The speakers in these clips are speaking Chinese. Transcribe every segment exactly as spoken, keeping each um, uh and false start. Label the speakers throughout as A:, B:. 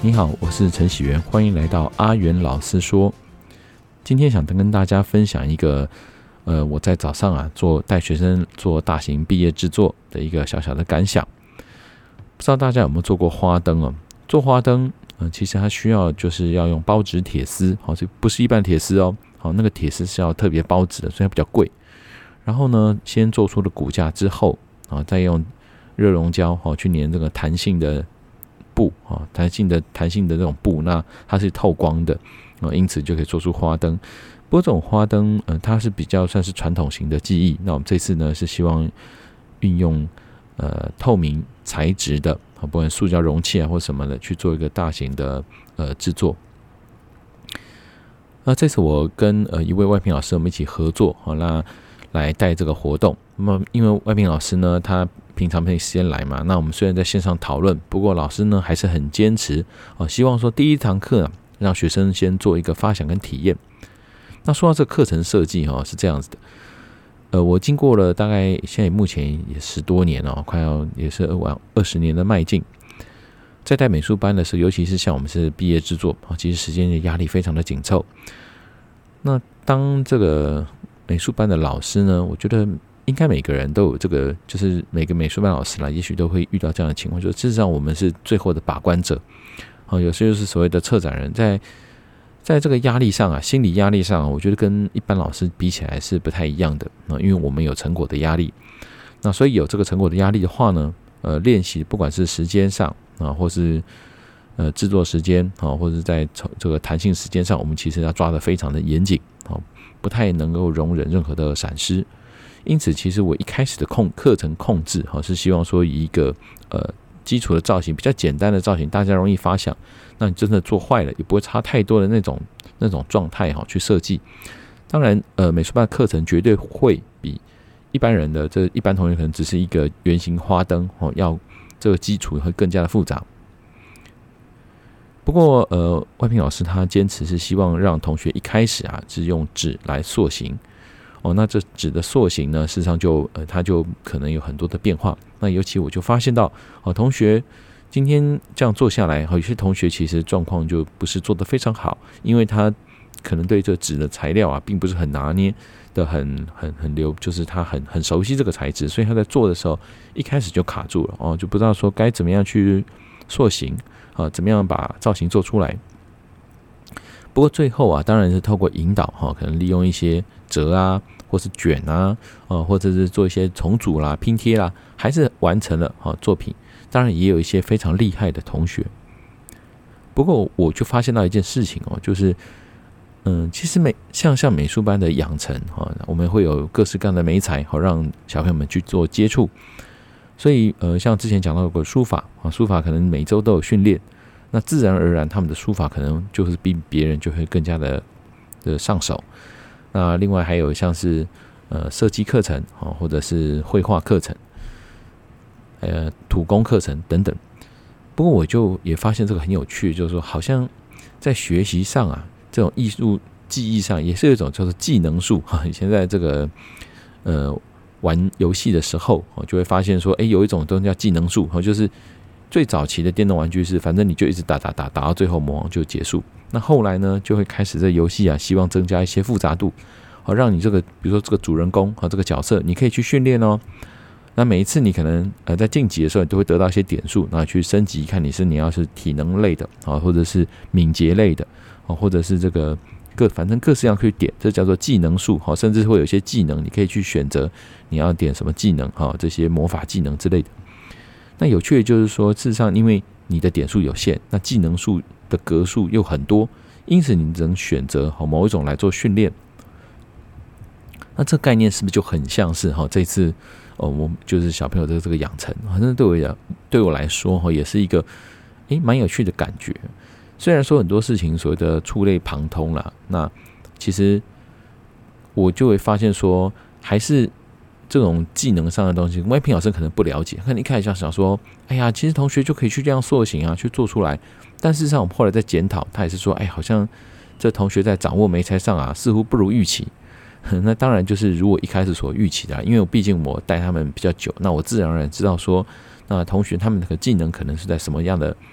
A: 你好，我是陈喜元，欢迎来到阿元老师说。今天想跟大家分享一个，呃，我在早上啊做带学生做大型毕业制作的一个小小的感想。不知道大家有没有做过花灯哦？做花灯，呃，其实它需要就是要用包纸铁丝，好，这不是一般铁丝哦，好，那个铁丝是要特别包纸的，所以它比较贵。然后呢，先做出了骨架之后，啊，再用热熔胶好去粘这个弹性的布啊，弹性的弹性的这种布，那它是透光的啊，因此就可以做出花灯。不过这种花灯，呃，它是比较算是传统型的技艺。那我们这次呢是希望运用呃透明材质的，不管塑胶容器啊或什么的，去做一个大型的呃制作。那这次我跟呃一位外聘老师我们一起合作，好，那来带这个活动。那么因为外聘老师呢，他平常没时间来嘛，那我们虽然在线上讨论，不过老师呢还是很坚持，哦，希望说第一堂课、啊、让学生先做一个发想跟体验。那说到这个课程设计、哦、是这样子的，呃，我经过了大概现在目前也十多年了、哦，快要也是往二十年的迈进。在带美术班的时候，尤其是像我们是毕业制作，其实时间的压力非常的紧凑。那当这个美术班的老师呢，我觉得应该每个人都有这个，就是每个美术班老师啦，也许都会遇到这样的情况，就是事实上我们是最后的把关者，哦，有些就是所谓的策展人，在在这个压力上啊，心理压力上，我觉得跟一般老师比起来是不太一样的啊，因为我们有成果的压力，那所以有这个成果的压力的话呢，呃，练习不管是时间上啊，或是呃制作时间啊，或者在这个弹性时间上，我们其实要抓得非常的严谨啊，不太能够容忍任何的闪失。因此其实我一开始的控课程控制是希望说以一个呃基础的造型，比较简单的造型，大家容易发想，那你真的做坏了也不会差太多的那种那种状态去设计。当然呃美术班的课程绝对会比一般人的这一般同学可能只是一个圆形花灯要这个基础会更加的复杂。不过呃外聘老师他坚持是希望让同学一开始啊是用纸来塑形哦，那这纸的塑形呢，事实上就呃，它就可能有很多的变化。那尤其我就发现到，哦，同学今天这样做下来，有些同学其实状况就不是做得非常好，因为他可能对这纸的材料啊，并不是很拿捏的很很很流，就是他很很熟悉这个材质，所以他在做的时候一开始就卡住了哦，就不知道说该怎么样去塑形啊，怎么样把造型做出来。不过最后啊，当然是透过引导哈，可能利用一些折啊，或是卷啊，呃，或者是做一些重组啦、拼贴啦，还是完成了哈作品。当然也有一些非常厉害的同学。不过我就发现到一件事情哦，就是嗯，其实美像像美术班的养成哈，我们会有各式各样的媒材好让小朋友们去做接触。所以呃，像之前讲到过书法啊，书法可能每周都有训练。那自然而然，他们的书法可能就是比别人就会更加的的上手。那另外还有像是呃设计课程啊，或者是绘画课程，呃土工课程等等。不过我就也发现这个很有趣，就是说好像在学习上啊，这种艺术技艺上也是有一种叫做技能树哈。以前在这个呃玩游戏的时候，就会发现说，哎，有一种东西叫技能树，就是最早期的电动玩具是，反正你就一直打打打打到最后魔王就结束。那后来呢，就会开始这游戏啊，希望增加一些复杂度，好让你这个，比如说这个主人公和这个角色，你可以去训练哦。那每一次你可能呃在晋级的时候，你都会得到一些点数，然后去升级，看你是你要是体能类的啊，或者是敏捷类的啊，或者是这个各反正各式样可以点，这叫做技能树哈，甚至会有一些技能，你可以去选择你要点什么技能哈，这些魔法技能之类的。那有趣的就是说，事实上因为你的点数有限，那技能数的格数又很多，因此你只能选择某一种来做训练。那这个概念是不是就很像是这次哦，我就是小朋友的这个养成，反正对我对我来说也是一个诶蛮有趣的感觉。虽然说很多事情所谓的触类旁通啦，那其实我就会发现说，还是这种技能上的东西，外聘老师可能不了解，可能一开始想说，哎呀，其实同学就可以去这样塑形啊，去做出来。但事实上，我们后来在检讨，他也是说，哎，好像这同学在掌握媒材上啊，似乎不如预期。那当然就是如我一开始所预期的、啊，因为毕竟我带他们比较久，那我自然而然知道说，那同学他们的技能可能是在什么样的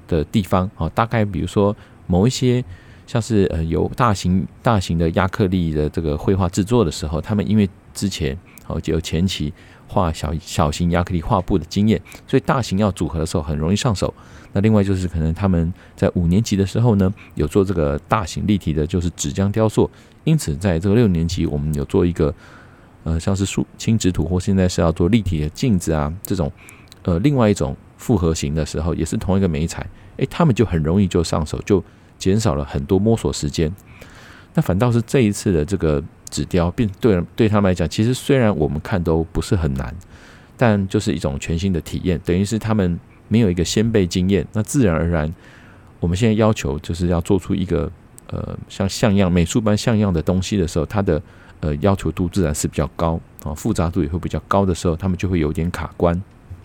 A: 的地方，大概比如说某一些像是呃有大型大型的亚克力的这个绘画制作的时候，他们因为之前就有前期画小小型亚克力画布的经验，所以大型要组合的时候很容易上手。那另外就是可能他们在五年级的时候呢，有做这个大型立体的，就是纸浆雕塑，因此在这个六年级，我们有做一个呃像是树轻质土，或现在是要做立体的镜子啊这种呃另外一种复合型的时候，也是同一个媒材，哎，他们就很容易就上手，就减少了很多摸索时间。那反倒是这一次的这个纸雕，并对对他们来讲，其实虽然我们看都不是很难，但就是一种全新的体验，等于是他们没有一个先辈经验，那自然而然，我们现在要求就是要做出一个呃像像样美术班像样的东西的时候，它的呃要求度自然是比较高啊，复杂度也会比较高的时候，他们就会有点卡关。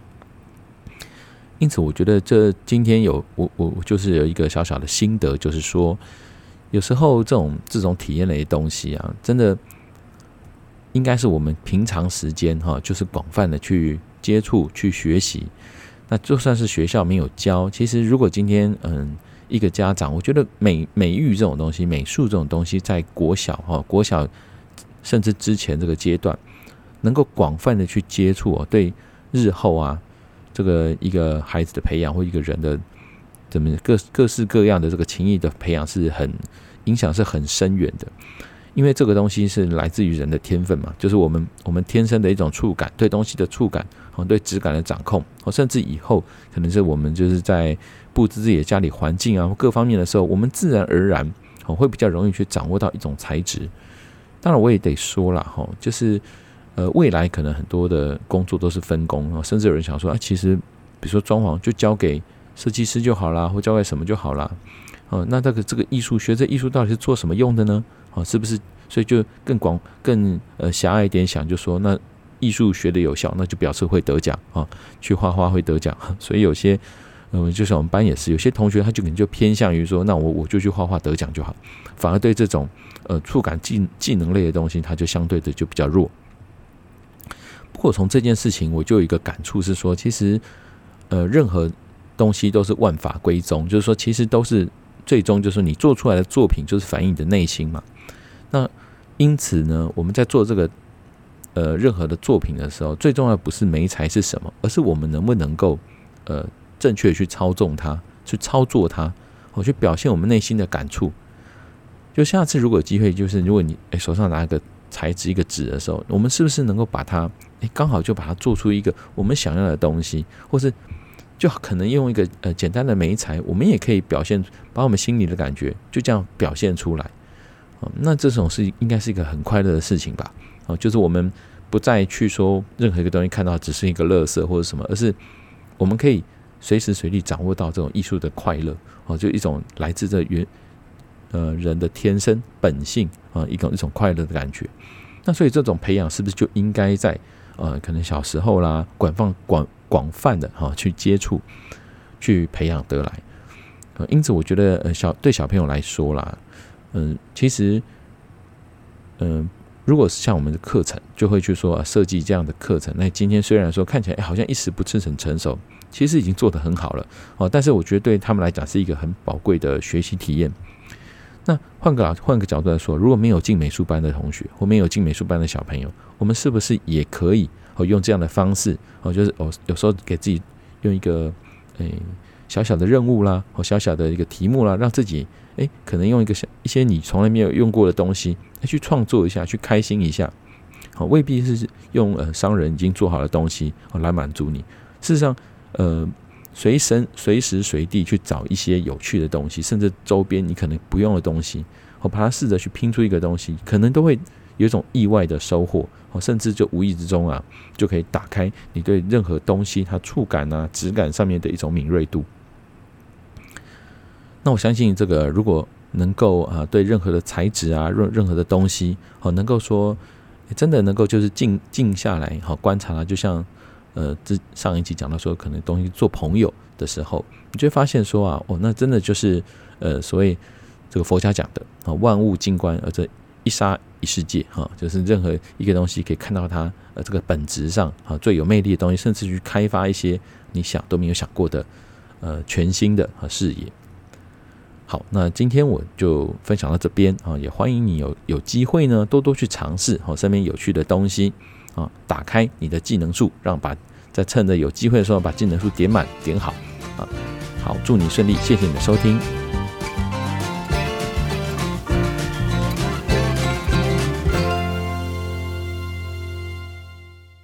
A: 因此，我觉得这今天有我我就是有一个小小的心得，就是说，有时候这种这种体验类的东西啊，真的应该是我们平常时间哈，就是广泛的去接触、去学习。那就算是学校没有教，其实如果今天嗯一个家长，我觉得美美育这种东西、美术这种东西，在国小哈、国小甚至之前这个阶段，能够广泛的去接触哦，对日后啊这个一个孩子的培养或一个人的怎么各各式各样的这个情谊的培养是很影响是很深远的。因为这个东西是来自于人的天分嘛，就是我们我们天生的一种触感，对东西的触感，对质感的掌控，甚至以后可能是我们就是在布置自己的家里环境啊各方面的时候，我们自然而然会比较容易去掌握到一种材质。当然我也得说啦，就是呃未来可能很多的工作都是分工，甚至有人想说，啊、其实比如说装潢就交给设计师就好啦，或交给什么就好啦。哦，那这个这个艺术学这艺术到底是做什么用的呢？哦，是不是？所以就更广、更呃狭隘一点想，就说那艺术学的有效，那就表示会得奖啊、哦，去画画会得奖。所以有些呃，就像我们班也是，有些同学他就可能就偏向于说，那我我就去画画得奖就好，反而对这种呃触感技技能类的东西，他就相对的就比较弱。不过从这件事情，我就有一个感触是说，其实呃任何东西都是万法归宗，就是说其实都是。最终就是你做出来的作品就是反映你的内心嘛。那因此呢，我们在做这个呃任何的作品的时候，最重要的不是媒材是什么，而是我们能不能够呃正确的去操纵它，去操作它，我去表现我们内心的感触。就下次如果有机会，就是如果你诶手上拿一个材质一个纸的时候，我们是不是能够把它诶刚好就把它做出一个我们想要的东西，或是就可能用一个呃简单的媒材，我们也可以表现，把我们心里的感觉就这样表现出来。哦、那这种是应该是一个很快乐的事情吧？哦、就是我们不再去说任何一个东西看到只是一个垃圾或者什么，而是我们可以随时随地掌握到这种艺术的快乐。哦、就一种来自这原呃人的天生本性啊、呃，一种一种快乐的感觉。那所以这种培养是不是就应该在呃可能小时候啦，广泛广。广泛的哈去接触，去培养得来，呃，因此我觉得呃小对小朋友来说啦，嗯、呃，其实，嗯、呃，如果是像我们的课程，就会去说、啊、设计这样的课程。那今天虽然说看起来、欸、好像一时不是很成熟，其实已经做得很好了哦。但是我觉得对他们来讲是一个很宝贵的学习体验。那换个换个角度来说，如果没有进美术班的同学，或没有进美术班的小朋友，我们是不是也可以？哦，用这样的方式，哦，就是哦，有时候给自己用一个诶小小的任务啦，或小小的一个题目啦，让自己诶可能用一个一些你从来没有用过的东西，去创作一下，去开心一下。好、哦，未必是用呃商人已经做好的东西哦来满足你。事实上，呃，随身随时随地去找一些有趣的东西，甚至周边你可能不用的东西，我、哦、把它试着去拼出一个东西，可能都会有一种意外的收获。甚至就无意之中啊，就可以打开你对任何东西它触感啊、质感上面的一种敏锐度。那我相信这个，如果能够啊，对任何的材质啊、任任何的东西，哦，能够说真的能够就是静静下来，好观察它，就像呃，上一集讲到说，可能东西做朋友的时候，你就会发现说啊，哦，那真的就是呃，所谓这个佛家讲的啊，万物静观，而这一沙一世界哈，就是任何一个东西可以看到它呃这个本质上啊最有魅力的东西，甚至去开发一些你想都没有想过的呃全新的视野。好，那今天我就分享到这边啊，也欢迎你有有机会呢，多多去尝试哦，身边有趣的东西啊，打开你的技能树，让把在趁着有机会的时候把技能树点满点好啊。好，祝你顺利，谢谢你的收听。